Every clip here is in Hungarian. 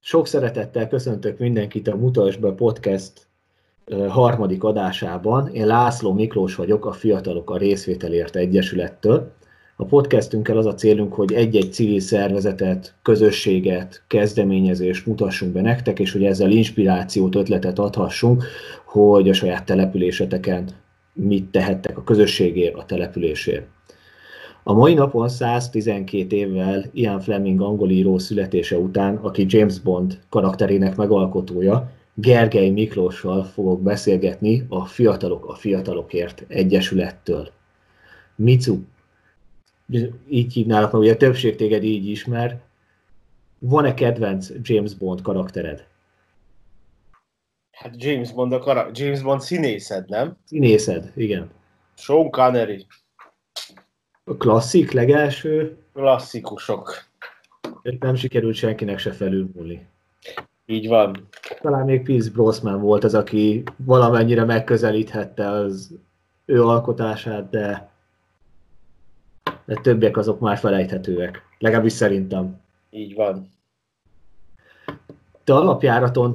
Sok szeretettel köszöntök mindenkit a Mutasd be podcast harmadik adásában. Én László Miklós vagyok, a Fiatalok a Részvételért Egyesülettől. A podcastünkkel az a célunk, hogy egy-egy civil szervezetet, közösséget, kezdeményezést mutassunk be nektek, és hogy ezzel inspirációt, ötletet adhassunk, hogy a saját településeteken mit tehettek a közösségért, a településért. A mai napon 112 évvel Ian Fleming angol író születése után, aki James Bond karakterének megalkotója, Gergely Miklóssal fogok beszélgetni a Fiatalok a Fiatalokért Egyesülettől. Micu, így hívnálak meg, ugye a többség téged így ismer. Van-e kedvenc James Bond karaktered? Hát James Bond színészed, nem? Színészed, igen. Sean Connery. A klasszik, legelső. Klasszikusok. Nem sikerült senkinek se felülmúlni. Így van. Talán még Pierce Brosnan volt az, aki valamennyire megközelíthette az ő alkotását, de többiek azok már felejthetőek. Legalábbis szerintem. Így van. Te alapjáraton,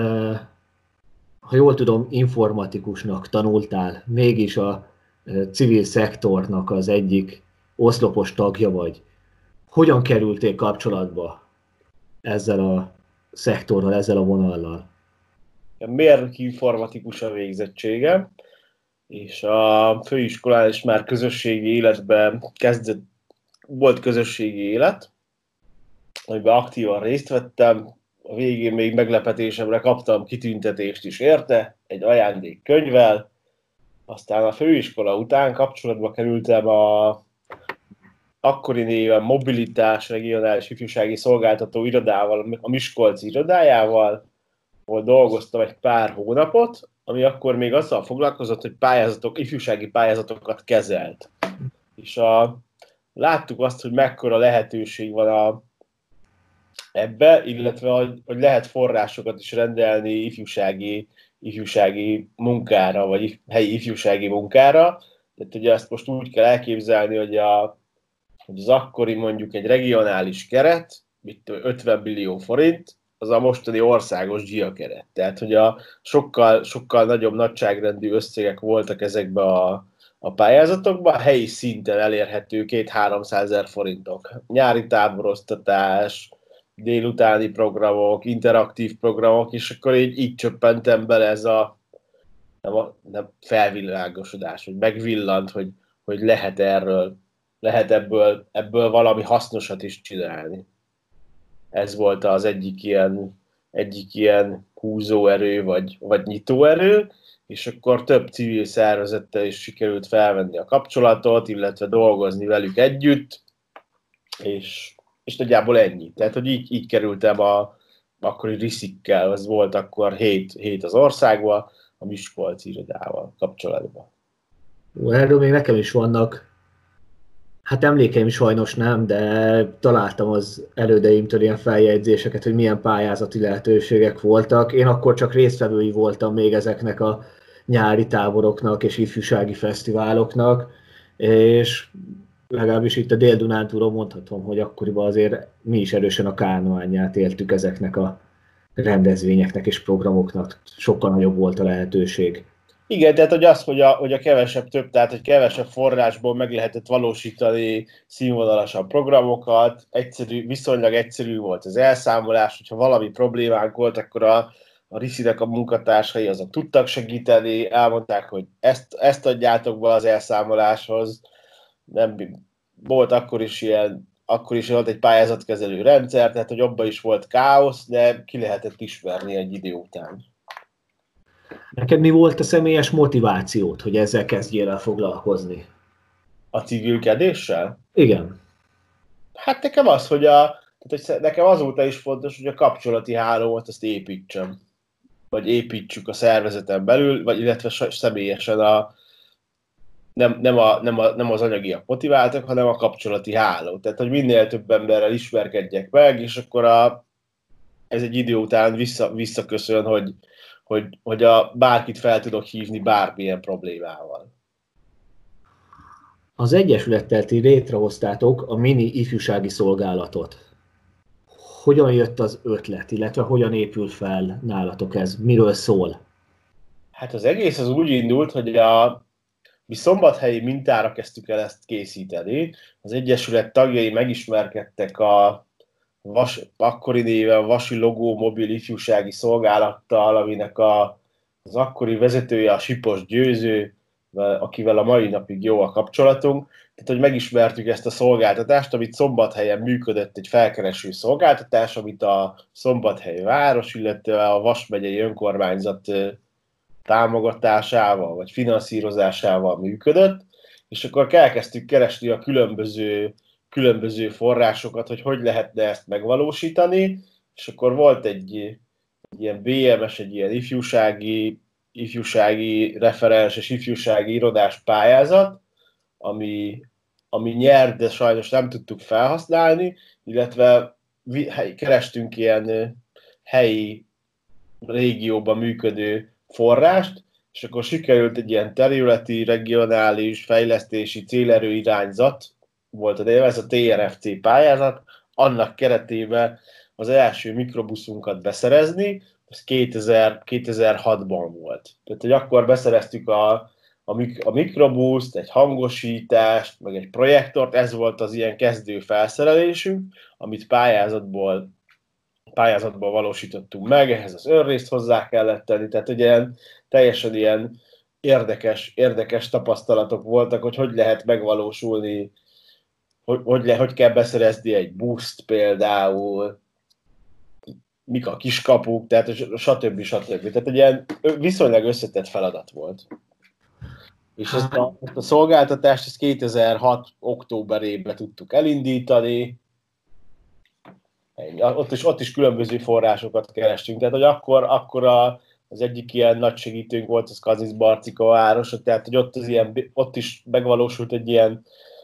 ha jól tudom, informatikusnak tanultál, mégis a civil szektornak az egyik oszlopos tagja vagy. Hogyan kerültél kapcsolatba ezzel a szektorral, ezzel a vonallal? Mérnöki informatikus a végzettségem, és a főiskolán is már közösségi életben volt közösségi élet, amiben aktívan részt vettem. A végén még meglepetésemre kaptam kitüntetést is érte, egy ajándékkönyvvel. Aztán a főiskola után kapcsolatba kerültem a akkori néven Mobilitás Regionális Ifjúsági Szolgáltató irodával, a Miskolci irodájával, ahol dolgoztam egy pár hónapot, ami akkor még azzal foglalkozott, hogy ifjúsági pályázatokat kezelt. És láttuk azt, hogy mekkora lehetőség van ebbe, illetve hogy lehet forrásokat is rendelni ifjúsági munkára, vagy helyi ifjúsági munkára. Tehát ugye ezt most úgy kell elképzelni, hogy az akkori mondjuk egy regionális keret, 50 millió forint, az a mostani országos GIA keret. Tehát, hogy sokkal nagyobb nagyságrendű összegek voltak ezekben a pályázatokban, helyi szinten elérhető 200-300 ezer forintok. Nyári táboroztatás, délutáni programok, interaktív programok, és akkor így csöppentem bele ez nem felvilágosodás, hogy megvillant, hogy lehet ebből valami hasznosat is csinálni. Ez volt az egyik ilyen húzóerő, vagy nyitóerő, és akkor több civil szervezettel is sikerült felvenni a kapcsolatot, illetve dolgozni velük együtt, és nagyjából ennyi. Tehát, hogy így kerültem akkori Riszikkel, az volt akkor 7 az országban, a Miskolci irodával kapcsolatban. Erről még nekem is vannak, hát emlékeim sajnos nem, de találtam az elődeimtől ilyen feljegyzéseket, hogy milyen pályázati lehetőségek voltak. Én akkor csak résztvevői voltam még ezeknek a nyári táboroknak és ifjúsági fesztiváloknak, és legalábbis itt a Dél-Dunántúlon mondhatom, hogy akkoriban azért mi is erősen a kánonját éltük ezeknek a rendezvényeknek és programoknak. Sokkal nagyobb volt a lehetőség. Igen, tehát hogy az, hogy a kevesebb több, tehát hogy kevesebb forrásból meg lehetett valósítani színvonalasabb programokat, viszonylag egyszerű volt az elszámolás, hogyha valami problémánk volt, akkor a Riszinek a munkatársai azok tudtak segíteni, elmondták, hogy ezt adjátok be az elszámoláshoz. Nem volt akkor is volt egy pályázatkezelő rendszer, tehát hogy abban is volt káosz, de ki lehetett ismerni egy idő után. Neked mi volt a személyes motivációt, hogy ezzel kezdjél el foglalkozni? A civilkedéssel? Igen. Hát nekem az, hogy nekem azóta is fontos, hogy a kapcsolati hálót azt építsem. Vagy építsük a szervezeten belül, vagy illetve személyesen nem az anyagiak motiváltak, hanem a kapcsolati háló. Tehát, hogy minél több emberrel ismerkedjek meg, és akkor ez egy idő után visszaköszön, hogy bárkit fel tudok hívni bármilyen problémával. Az Egyesülettel ti létrehoztátok a mini ifjúsági szolgálatot. hogyan jött az ötlet, illetve hogyan épül fel nálatok ez, miről szól? Hát az egész az úgy indult, hogy mi szombathelyi mintára kezdtük el ezt készíteni. Az Egyesület tagjai megismerkedtek a akkori néven Vasi Logó Mobil Ifjúsági Szolgálattal, aminek az akkori vezetője a Sipos Győző, akivel a mai napig jó a kapcsolatunk. Tehát, hogy megismertük ezt a szolgáltatást, amit Szombathelyen működött, egy felkereső szolgáltatás, amit a Szombathely város, illetve a Vas megyei önkormányzat támogatásával vagy finanszírozásával működött, és akkor elkezdtük keresni a különböző forrásokat, hogy lehetne ezt megvalósítani, és akkor volt egy ilyen BMS, egy ilyen ifjúsági referens és ifjúsági irodás pályázat, ami nyert, de sajnos nem tudtuk felhasználni, illetve kerestünk ilyen helyi régióban működő forrást, és akkor sikerült egy ilyen területi, regionális, fejlesztési célerő irányzat, volt a neve, ez a TRFC pályázat, annak keretében az első mikrobuszunkat beszerezni, ez 2006-ban volt. Tehát, hogy akkor beszereztük a mikrobuszt, egy hangosítást, meg egy projektort, ez volt az ilyen kezdő felszerelésünk, amit pályázatból valósítottunk meg, ehhez az önrészt hozzá kellett tenni, tehát ugye teljesen ilyen érdekes tapasztalatok voltak, hogy lehet megvalósulni, hogy kell beszerezni egy buszt például, mik a kiskapuk, tehát stb. Tehát egy ilyen viszonylag összetett feladat volt. És ezt a szolgáltatást ezt 2006. októberében tudtuk elindítani, ott is különböző forrásokat kerestünk. Tehát, hogy akkor az egyik ilyen nagy segítőnk volt az Kazincbarcika városa, tehát, hogy ott is megvalósult egy ilyen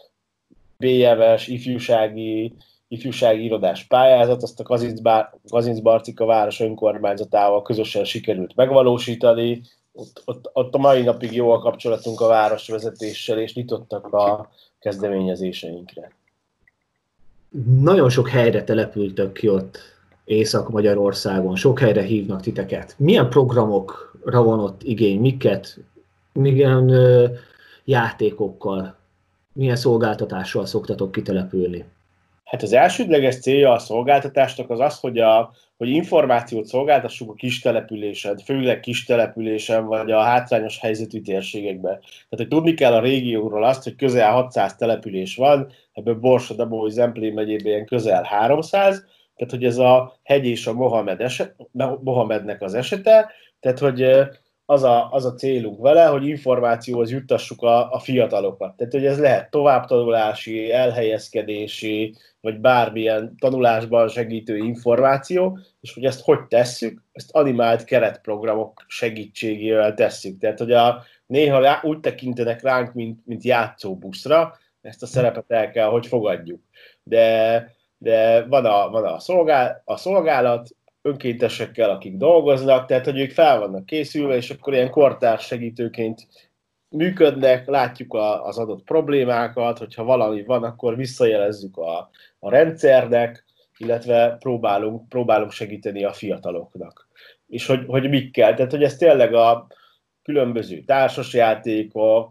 BMS ifjúsági irodás pályázat, azt a Kazincbarcika város önkormányzatával közösen sikerült megvalósítani. Ott a mai napig jó a kapcsolatunk a városvezetéssel, és nyitottak a kezdeményezéseinkre. Nagyon sok helyre települtök ki ott Észak-Magyarországon, sok helyre hívnak titeket. Milyen programokra van ott igény, milyen játékokkal, milyen szolgáltatással szoktatok kitelepülni? Hát az elsődleges célja a szolgáltatásnak az, hogy információt szolgáltassuk a kistelepülésen, főleg kistelepülésen vagy a hátrányos helyzetű térségekben. Tehát, hogy tudni kell a régióról azt, hogy közel 600 település van, ebből Borsa-Dabói-Zemplén megyében közel 300, tehát, hogy ez a hegy és a Mohamednek az esete, tehát, hogy az a célunk vele, hogy információhoz juttassuk a fiatalokat. Tehát, hogy ez lehet továbbtanulási, elhelyezkedési, vagy bármilyen tanulásban segítő információ, és hogy ezt hogy tesszük, ezt animált keretprogramok segítségével tesszük. Tehát, hogy néha úgy tekintenek ránk, mint játszóbuszra, ezt a szerepet el kell, hogy fogadjuk. De van a szolgálat, önkéntesekkel, akik dolgoznak, tehát hogy ők fel vannak készülve, és akkor ilyen kortárs segítőként működnek, látjuk az adott problémákat, hogyha valami van, akkor visszajelezzük a rendszernek, illetve próbálunk segíteni a fiataloknak. És hogy mik kell, tehát hogy ez tényleg a különböző társasjátékok,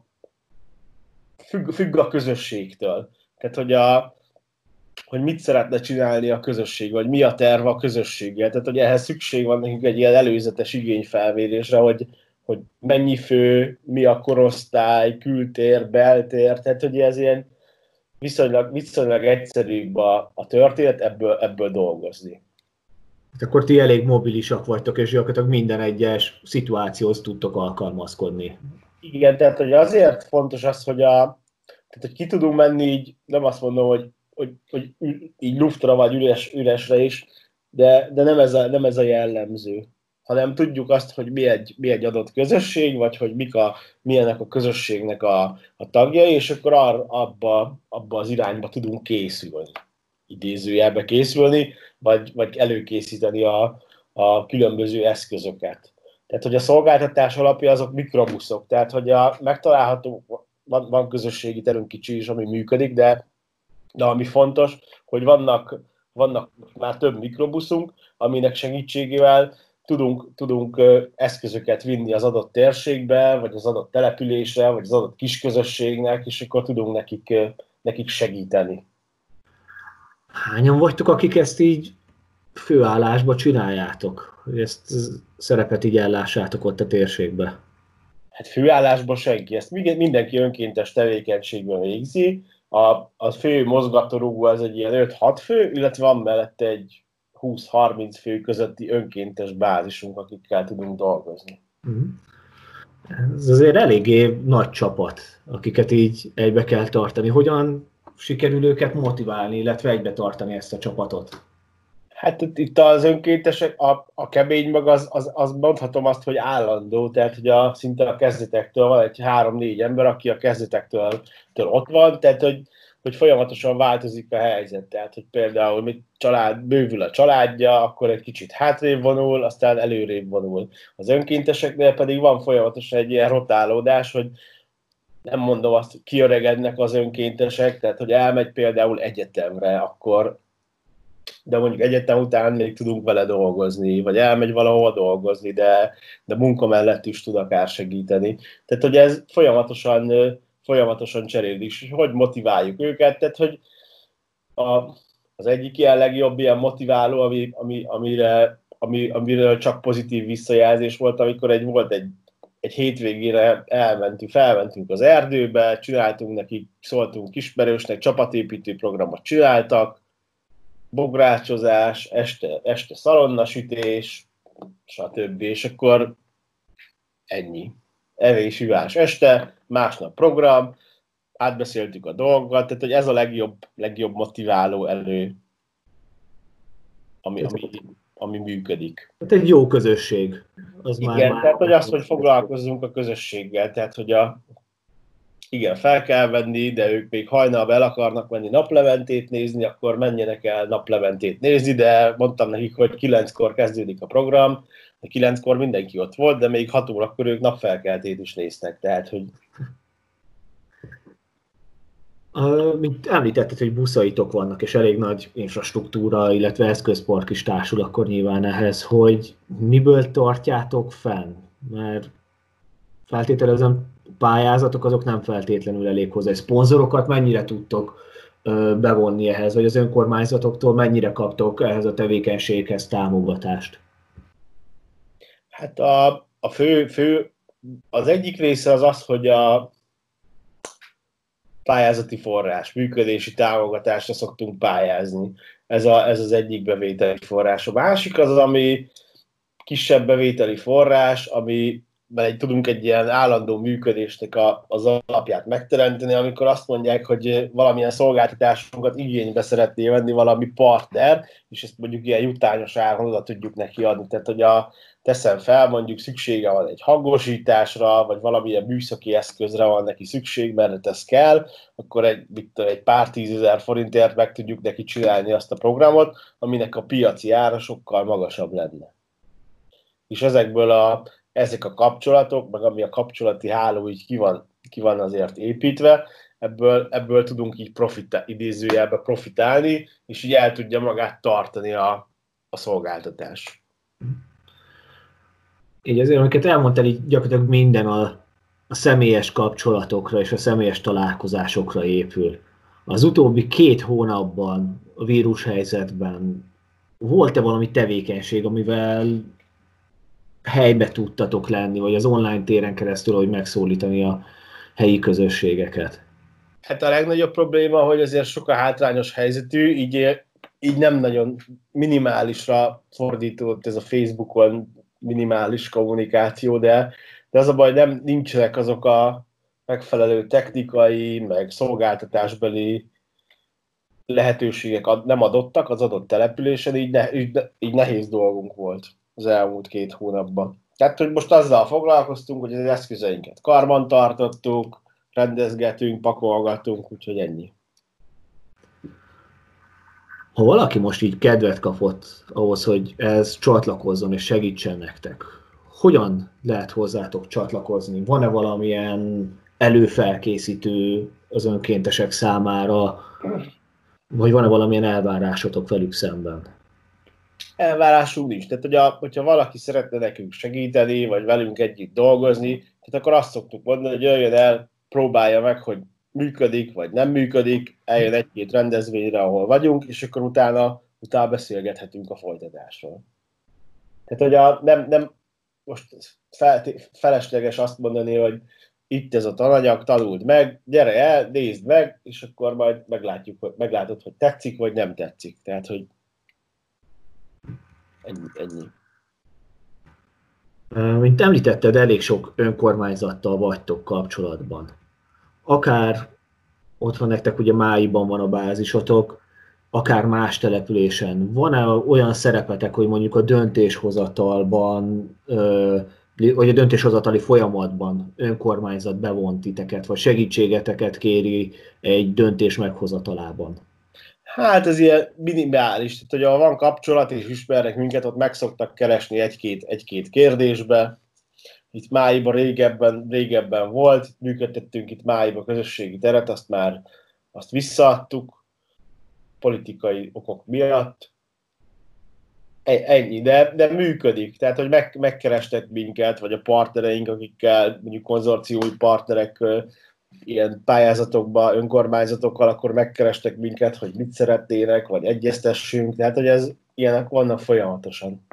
függ a közösségtől. Tehát, hogy mit szeretne csinálni a közösség, vagy mi a terve a közösséggel. Tehát, hogy ehhez szükség van nekünk egy ilyen előzetes igényfelmérésre, hogy mennyi fő, mi a korosztály, kültér, beltér, tehát, hogy ez ilyen viszonylag egyszerűbb a történet, ebből dolgozni. Akkor ti elég mobilisak vagytok, és gyakorlatilag minden egyes szituációhoz tudtok alkalmazkodni. Igen, tehát hogy azért fontos az, hogy ki tudunk menni így, nem azt mondom, hogy így luftra vagy üresre is, de nem ez a jellemző, hanem tudjuk azt, hogy mi egy adott közösség, vagy hogy milyenek a közösségnek a tagjai, és akkor abba az irányba tudunk készülni, idézőjelbe készülni, vagy előkészíteni a különböző eszközöket. Tehát, hogy a szolgáltatás alapja azok mikrobuszok, tehát, hogy megtalálható, van közösségi terünk kicsi is, ami működik, de ami fontos, hogy vannak vannak már több mikrobuszunk, aminek segítségével tudunk eszközöket vinni az adott térségbe, vagy az adott településre, vagy az adott kisközösségnek, és akkor tudunk nekik segíteni. Hányan vagytok, akik ezt így főállásba csináljátok? Hogy ezt szerepet így ellássátok ott a térségbe? Hát főállásban senki. Ezt mindenki önkéntes tevékenységben végzi. A fő mozgatórugó az egy ilyen 5-6 fő, illetve van mellette egy 20-30 fő közötti önkéntes bázisunk, akikkel tudunk dolgozni. Ez azért eléggé nagy csapat, akiket így egybe kell tartani. Hogyan sikerül őket motiválni, illetve egybe tartani ezt a csapatot? Hát itt az önkéntesek, a kemény mag az mondhatom azt, hogy állandó, tehát hogy szinte a kezdetektől van egy 3-4 ember, aki a kezdetektől ott van, tehát hogy folyamatosan változik a helyzet. Tehát, hogy például bővül a családja, akkor egy kicsit hátrébb vonul, aztán előrébb vonul. Az önkénteseknél pedig van folyamatosan egy ilyen rotálódás, hogy nem mondom azt, hogy kiöregednek az önkéntesek, tehát hogy elmegy például egyetemre, akkor de mondjuk egyetem után még tudunk vele dolgozni, vagy elmegy valahova dolgozni, de munka mellett is tud akár segíteni. Tehát, hogy ez folyamatosan cserélik, és hogy motiváljuk őket, tehát, hogy az egyik ilyen legjobb ilyen motiváló, amiről csak pozitív visszajelzés volt, amikor volt egy hétvégére felmentünk az erdőbe, csináltunk nekik, szóltunk ismerősnek, csapatépítő programot csináltak, bográcsozás, este szalonnasütés, stb. És akkor ennyi. Evés, ivás este, másnap program, átbeszéltük a dolgokat, tehát hogy ez a legjobb motiváló elő, ami működik. Hát egy jó közösség. Igen, tehát hogy az, hogy foglalkozzunk a közösséggel, tehát hogy igen, fel kell venni, de ők még hajnalban el akarnak menni naplementét nézni, akkor menjenek el naplementét nézni, de mondtam nekik, hogy 9-kor kezdődik a program, de 9-kor mindenki ott volt, de még 6 órakor ők napfelkeltét is néztek, tehát hogy... Mint említetted, hogy buszaitok vannak, és elég nagy infrastruktúra, illetve eszközpark is társul akkor nyilván ehhez, hogy miből tartjátok fenn? Mert feltételezem, pályázatok azok nem feltétlenül elég hozzá. Szponzorokat mennyire tudtok bevonni ehhez, vagy az önkormányzatoktól mennyire kaptok ehhez a tevékenységhez támogatást? Hát a fő az egyik része az, hogy a pályázati forrás, működési támogatásra szoktunk pályázni. Ez az egyik bevételi forrás. A másik az, ami kisebb bevételi forrás, ami tudunk egy ilyen állandó működésnek az alapját megteremteni, amikor azt mondják, hogy valamilyen szolgáltatásunkat igénybe szeretné venni valami partner, és ezt mondjuk ilyen jutányos áron oda tudjuk neki adni. Tehát, hogy teszem fel, mondjuk szüksége van egy hangosításra, vagy valamilyen műszaki eszközre van neki szükség, mert ez kell, akkor egy pár 10 000 forintért meg tudjuk neki csinálni azt a programot, aminek a piaci ára sokkal magasabb lenne. És ezek a kapcsolatok, meg ami a kapcsolati háló így ki van azért építve, ebből tudunk így idézőjelben profitálni, és így el tudja magát tartani a szolgáltatás. Így azért, amiket elmondtál, így gyakorlatilag minden a személyes kapcsolatokra és a személyes találkozásokra épül. Az utóbbi 2 hónapban, a vírushelyzetben volt-e valami tevékenység, amivel helybe tudtatok lenni, vagy az online téren keresztül, hogy megszólítani a helyi közösségeket? Hát a legnagyobb probléma, hogy azért sok a hátrányos helyzetű, így nem nagyon minimálisra fordított ez a Facebookon minimális kommunikáció, de az a baj, nincsenek azok a megfelelő technikai, meg szolgáltatásbeli lehetőségek nem adottak az adott településen, így nehéz dolgunk volt az elmúlt 2 hónapban. Tehát, hogy most azzal foglalkoztunk, hogy az eszközeinket karban tartottuk, rendezgetünk, pakolgatunk, úgyhogy ennyi. Ha valaki most így kedvet kapott ahhoz, hogy ez csatlakozzon és segítsen nektek, hogyan lehet hozzátok csatlakozni? Van-e valamilyen előfelkészítő az önkéntesek számára? Vagy van-e valamilyen elvárásotok velük szemben? Elvárásunk nincs. Tehát, hogyha valaki szeretne nekünk segíteni, vagy velünk együtt dolgozni, tehát akkor azt szoktuk mondani, hogy jöjjön el, próbálja meg, hogy működik, vagy nem működik, eljön egy-két rendezvényre, ahol vagyunk, és akkor utána beszélgethetünk a folytatásról. Tehát, hogy nem most felesleges azt mondani, hogy itt ez a tananyag, tanuld meg, gyere el, nézd meg, és akkor majd meglátod, hogy tetszik, vagy nem tetszik. Tehát, hogy ennyi. Mint említetted, elég sok önkormányzattal vagytok kapcsolatban. Akár ott van nektek, ugye Máiban van a bázisotok, akár más településen. Van-e olyan szerepetek, hogy mondjuk a döntéshozatalban, vagy a döntéshozatali folyamatban önkormányzat bevont titeket, vagy segítségeteket kéri egy döntés meghozatalában? Hát ez ilyen minimális, tehát hogy ha van kapcsolat és ismernek minket, ott meg szoktak keresni egy-két kérdésbe. Itt Máiban régebben volt, működtettünk itt Máiban közösségi teret, azt visszaadtuk politikai okok miatt. Ennyi, de működik. Tehát, hogy megkerestek minket, vagy a partnereink, akikkel mondjuk konzorciumi partnerek ilyen pályázatokba, önkormányzatokkal, akkor megkerestek minket, hogy mit szeretnének, vagy egyeztessünk. Tehát, hogy ilyenek vannak folyamatosan.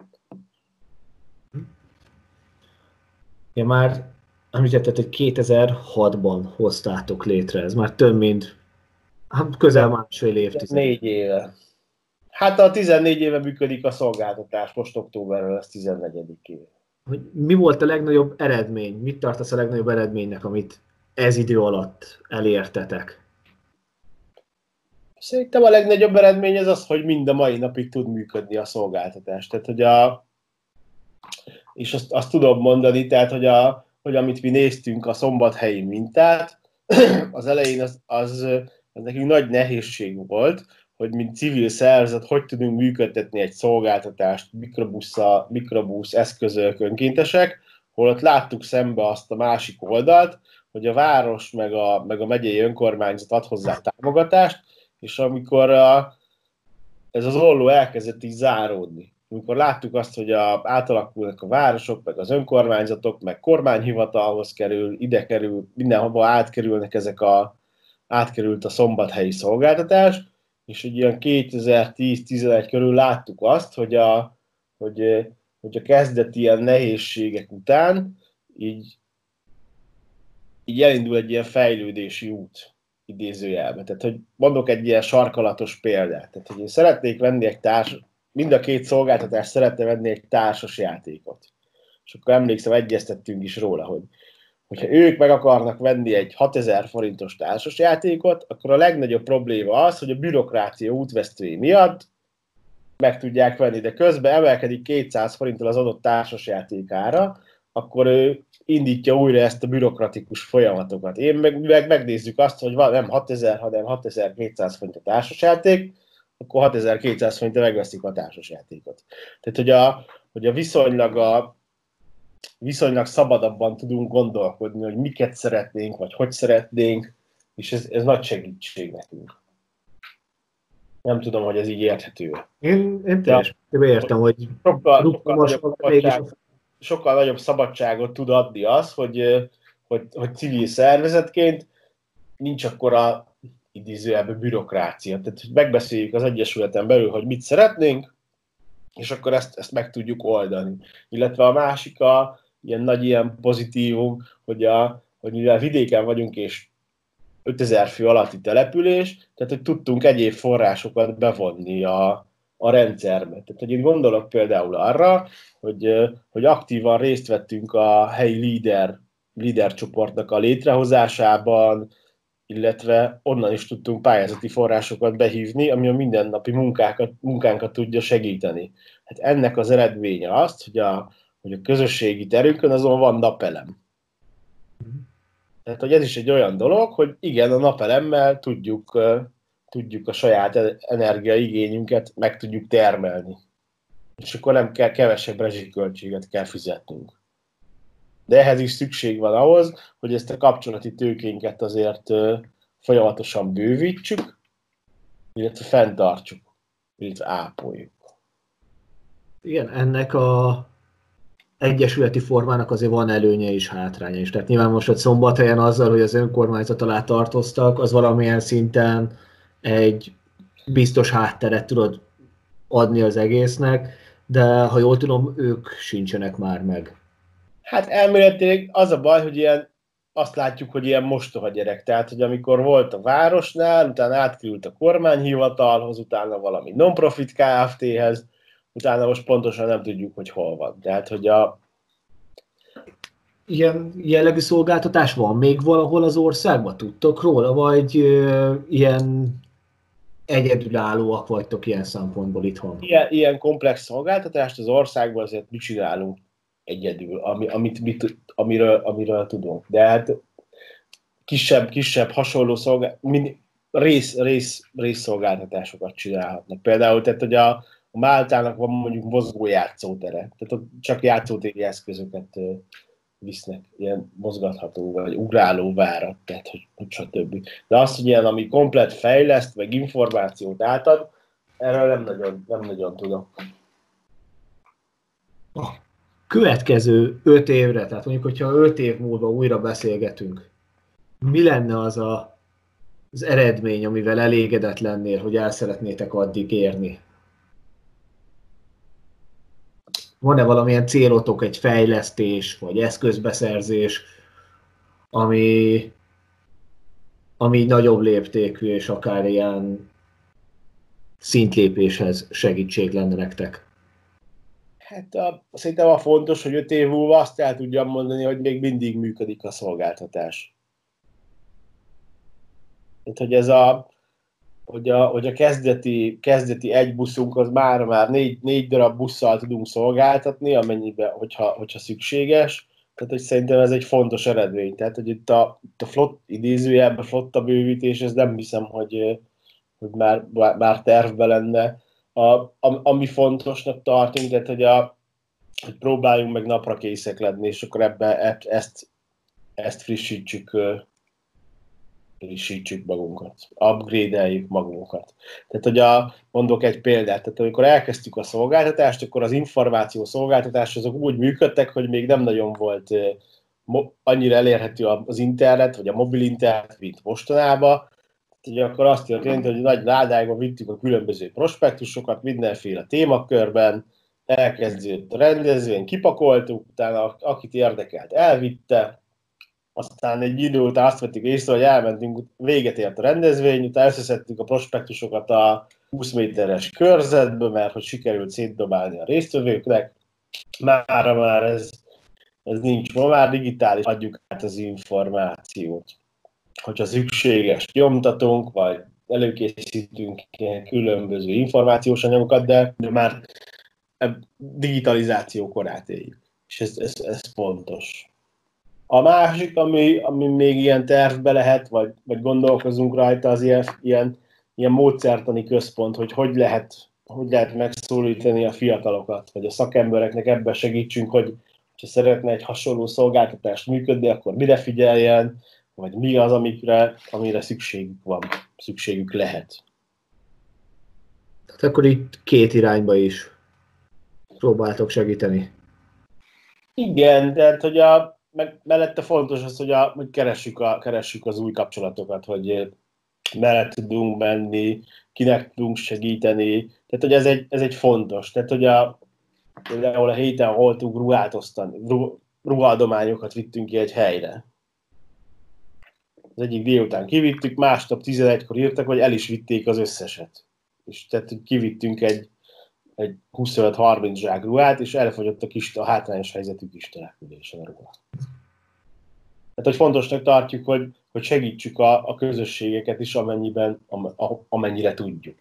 Ja, már említetted, hogy 2006-ban hoztátok létre, ez már több mint közel másfél évtized. 4 éve. Hát a 14 éve működik a szolgáltatás, most októberről lesz 14. év. Hogy mi volt a legnagyobb eredmény? Mit tartasz a legnagyobb eredménynek, amit ez idő alatt elértetek? Szerintem a legnagyobb eredmény az, hogy mind a mai napig tud működni a szolgáltatás. Tehát, és azt tudom mondani, tehát, hogy amit mi néztünk a szombathelyi mintát, az elején az nekünk nagy nehézség volt, hogy mint civil szervezet, hogy tudunk működtetni egy szolgáltatást mikrobusz eszközök, önkéntesek, holott láttuk szembe azt a másik oldalt, hogy a város meg a megyei önkormányzat ad hozzá támogatást, és amikor ez az olló elkezdett így záródni, amikor láttuk azt, hogy átalakulnak a városok, meg az önkormányzatok, meg kormányhivatalhoz kerül, ide kerül, mindenhova átkerült a szombathelyi szolgáltatás, és egy ilyen 2010-11 körül láttuk azt, hogy a kezdeti ilyen nehézségek után így elindul egy ilyen fejlődési út idézőjelben. Tehát, hogy mondok egy ilyen sarkalatos példát. Tehát, hogy én szeretnék venni mind a két szolgáltatás szeretne venni egy társas játékot. És akkor emlékszem, egyeztettünk is róla, hogyha ők meg akarnak venni egy 6000 forintos társasjátékot, akkor a legnagyobb probléma az, hogy a bürokrácia útvesztői miatt meg tudják venni, de közben emelkedik 200 forinttal az adott társasjátékára, akkor ő indítja újra ezt a bürokratikus folyamatokat. Én meg megnézzük azt, hogy nem 6000, hanem 6200 forint a társasjáték, akkor 6200 forintra megveszik a társasjátékot. Tehát, hogy a viszonylag szabadabban tudunk gondolkodni, hogy miket szeretnénk, vagy hogy szeretnénk, és ez nagy segítség nekünk. Nem tudom, hogy ez így érthető. Én teljesen értem, hogy sokkal nagyobb szabadságot tud adni az, hogy civil szervezetként nincs akkora idézőjelben bürokrácia. Tehát, hogy megbeszéljük az Egyesületen belül, hogy mit szeretnénk, és akkor ezt meg tudjuk oldani. Illetve a másik ilyen pozitívum, hogy mivel vidéken vagyunk, és 5000 fő alatti település, tehát hogy tudtunk egyéb forrásokat bevonni a rendszerbe. Tehát, hogy én gondolok például arra, hogy aktívan részt vettünk a helyi líder csoportnak a létrehozásában, illetve onnan is tudtunk pályázati forrásokat behívni, ami a mindennapi munkánkat tudja segíteni. Hát ennek az eredménye az, hogy a közösségi terünkön azon van napelem. Tehát, hogy ez is egy olyan dolog, hogy igen, a napelemmel tudjuk a saját energiaigényünket meg tudjuk termelni. És akkor nem kell kevesebb rezsiköltséget kell fizetnünk. De ehhez is szükség van ahhoz, hogy ezt a kapcsolati tőkénket azért folyamatosan bővítsük, illetve fenntartsuk, illetve ápoljuk. Igen, ennek a egyesületi formának azért van előnye és hátránya is. Tehát nyilván most a Szombathelyen azzal, hogy az önkormányzat alá tartoztak, az valamilyen szinten egy biztos hátteret tudod adni az egésznek, de ha jól tudom, ők sincsenek már meg. Hát elméletileg az a baj, hogy azt látjuk, hogy ilyen mostoha gyerek. Tehát, hogy amikor volt a városnál, utána átkerült a kormányhivatalhoz, utána valami non-profit Kft-hez, utána most pontosan nem tudjuk, hogy hol van. Tehát, hogy Ilyen jellegű szolgáltatás van még valahol az országban? Tudtok róla? Vagy ilyen egyedülállóak vagytok ilyen szempontból itthon? ilyen komplex szolgáltatást az országban azért mi csinálunk egyedül, amiről tudunk. De hát kisebb hasonló részszolgáltatásokat csinálhatnak. Például, tehát, hogy a Máltának van mondjuk mozgó játszótere, tehát ott csak játszótéri eszközöket visznek, ilyen mozgatható vagy ugráló várat, tehát hogy stb. De azt, hogy ilyen, ami komplet fejleszt, meg információt átad, erről nem nagyon tudom. A következő 5 évre, tehát mondjuk, hogyha 5 év múlva újra beszélgetünk, mi lenne az eredmény, amivel elégedett lennél, hogy el szeretnétek addig érni? Van-e valamilyen célotok, egy fejlesztés, vagy eszközbeszerzés, ami nagyobb léptékű, és akár ilyen szintlépéshez segítség lenne nektek? Hát szerintem a fontos, hogy 5 év múlva azt el tudjam mondani, hogy még mindig működik a szolgáltatás. Tehát, hogy a kezdeti egy buszunk, az már négy darab busszal tudunk szolgáltatni, amennyiben, hogyha szükséges. Tehát, hogy szerintem ez egy fontos eredmény. Tehát, hogy itt a idézőjelben flotta bővítés, ez nem hiszem, hogy már tervben lenne. Ami fontosnak tartunk, tehát, hogy próbáljunk meg napra készek lenni, és akkor ebben ezt frissítsük magunkat, upgrade-eljük magunkat. Tehát, hogy mondok egy példát, tehát amikor elkezdtük a szolgáltatást, akkor az információ szolgáltatás azok úgy működtek, hogy még nem nagyon volt annyira elérhető az internet, vagy a mobil internet, mint mostanában. Tehát, akkor azt történt, hogy nagy ládákba vittük a különböző prospektusokat mindenféle témakörben, elkezdődött a rendezvény, kipakoltuk, utána akit érdekelt, elvitte, aztán egy idő után azt vettük észre, hogy elmentünk, véget ért a rendezvény, utána összeszedtük a prospektusokat a 20 méteres körzetbe, mert hogy sikerült szétdobálni a résztvevőknek. Már ez nincs, ma már digitális, adjuk át az információt. Hogyha szükséges, nyomtatunk, vagy előkészítünk ilyen különböző információs anyagokat, de már digitalizáció korát éljük. És ez fontos. A másik, ami még ilyen tervbe lehet, vagy gondolkozunk rajta, az ilyen módszertani központ, hogy lehet megszólítani a fiatalokat, vagy a szakembereknek ebben segítsünk, hogy ha szeretne egy hasonló szolgáltatást működni, akkor mire figyeljen, vagy mi az, amire szükségük lehet. Tehát akkor itt két irányba is próbáltok segíteni. Igen, de hogy mellette fontos az, hogy keressük az új kapcsolatokat, hogy merre tudunk menni, kinek tudunk segíteni. Tehát, hogy ez egy fontos. Tehát, hogy például a héten voltunk ruhát osztani, ruhaadományokat vittünk ki egy helyre. Az egyik délután kivittük, másnap 11-kor írtak, hogy el is vitték az összeset. És tehát, hogy kivittünk egy 25-30 zsák ruhát, és elfogyott a hátrányos helyzetű kis településen a ruha. Tehát, hogy fontosnak tartjuk, hogy segítsük a közösségeket is, amennyire tudjuk.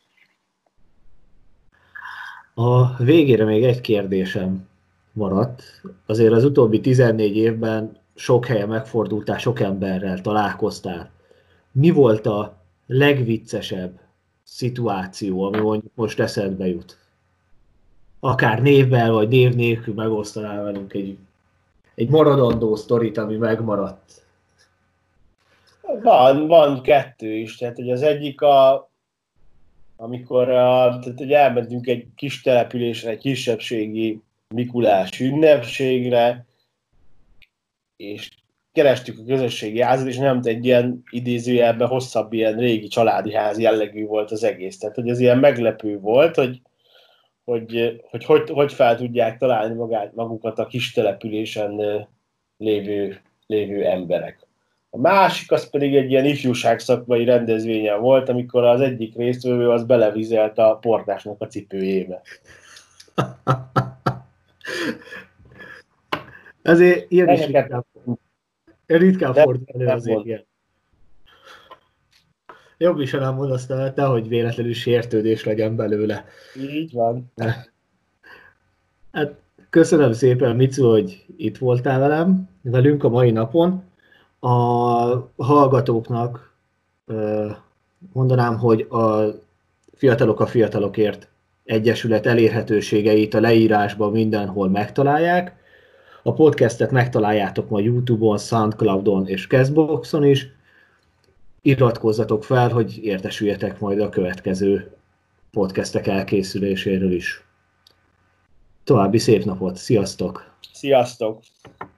A végére még egy kérdésem maradt. Azért az utóbbi 14 évben sok helyen megfordultál, sok emberrel találkoztál. Mi volt a legviccesebb szituáció, ami mondjuk most eszedbe jut? Akár névvel, vagy név nélkül megosztanál velünk egy maradandó sztorit, ami megmaradt. Van kettő is. Tehát, hogy az egyik amikor tehát, hogy elmentünk egy kis településre, egy kisebbségi Mikulás ünnepségre, és kerestük a közösségi házat, és nem egy ilyen idézőjelben hosszabb, ilyen régi családi ház jellegű volt az egész. Tehát, hogy ez ilyen meglepő volt, hogy fel tudják találni magukat a kis településen lévő emberek. A másik az pedig egy ilyen ifjúságszakmai rendezvényen volt, amikor az egyik résztvevő az belevizelt a portásnak a cipőjébe. Ezért ilyen is ritkán fordul elő azért ilyen. Jobb is, ha nem mondoztam, hogy véletlenül sértődés legyen belőle. Így van. Hát, köszönöm szépen, Micu, hogy itt voltál velünk a mai napon. A hallgatóknak mondanám, hogy a Fiatalok a Fiatalokért Egyesület elérhetőségeit a leírásban mindenhol megtalálják. A podcastet megtaláljátok ma YouTube-on, Soundcloud-on és Castboxon is. Iratkozzatok fel, hogy értesüljetek majd a következő podcastek elkészüléséről is. További szép napot, sziasztok! Sziasztok!